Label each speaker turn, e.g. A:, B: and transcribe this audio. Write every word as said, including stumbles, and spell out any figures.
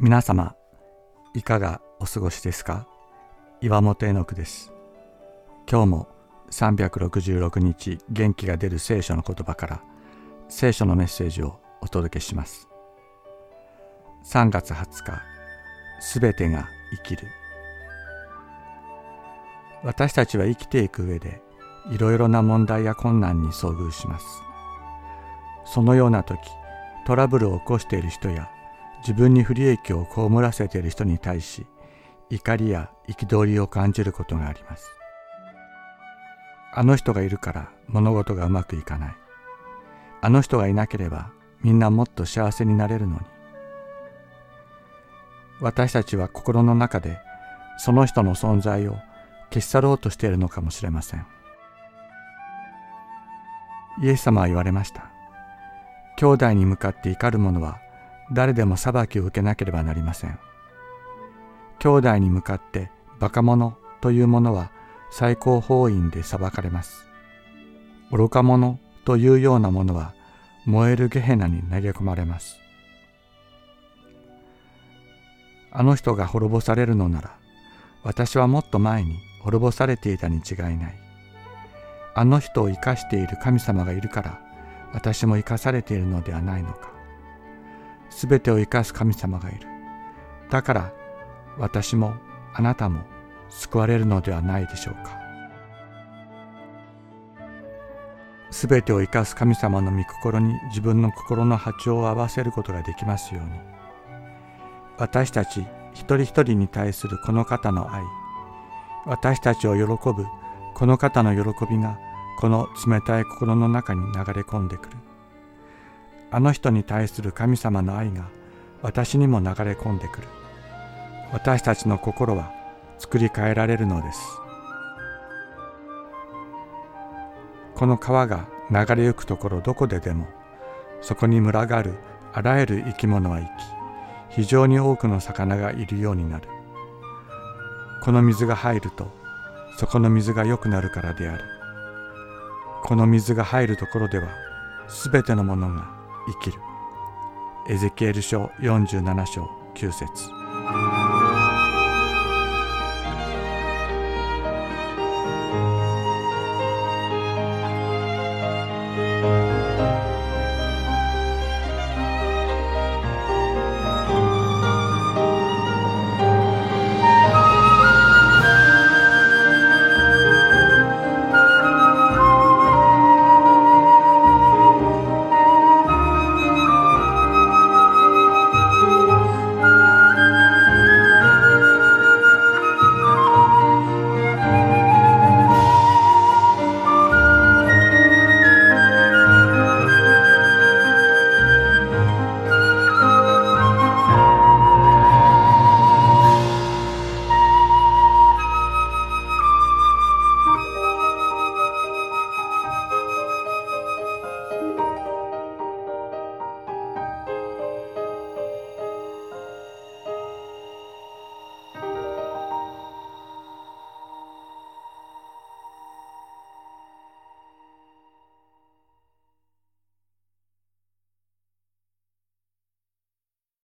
A: 皆様いかがお過ごしですか？岩本絵の句です。今日もさんびゃくろくじゅうろくにち元気が出る聖書の言葉から聖書のメッセージをお届けします。さんがつはつか、すべてが生きる。私たちは生きていく上でいろいろな問題や困難に遭遇します。そのような時、トラブルを起こしている人や自分に不利益を被らせている人に対し、怒りや憤りを感じることがあります。あの人がいるから物事がうまくいかない。あの人がいなければみんなもっと幸せになれるのに。私たちは心の中でその人の存在を消し去ろうとしているのかもしれません。イエス様は言われました。兄弟に向かって怒る者は誰でも裁きを受けなければなりません。兄弟に向かってバカ者という者は最高法院で裁かれます。愚か者というような者は燃えるゲヘナに投げ込まれます。あの人が滅ぼされるのなら、私はもっと前に滅ぼされていたに違いない。あの人を生かしている神様がいるから、私も生かされているのではないのか。すべてを生かす神様がいる。だから、私もあなたも救われるのではないでしょうか。すべてを生かす神様の御心に自分の心の波長を合わせることができますように。私たち一人一人に対するこの方の愛、私たちを喜ぶこの方の喜びがこの冷たい心の中に流れ込んでくる。あの人に対する神様の愛が私にも流れ込んでくる。私たちの心は作り変えられるのです。この川が流れゆくところどこででも、そこに群がるあらゆる生き物は生き、非常に多くの魚がいるようになる。この水が入ると、そこの水が良くなるからである。この水が入るところでは、すべてのものが生きる。エゼキエル書よんじゅうななしょうきゅうせつ。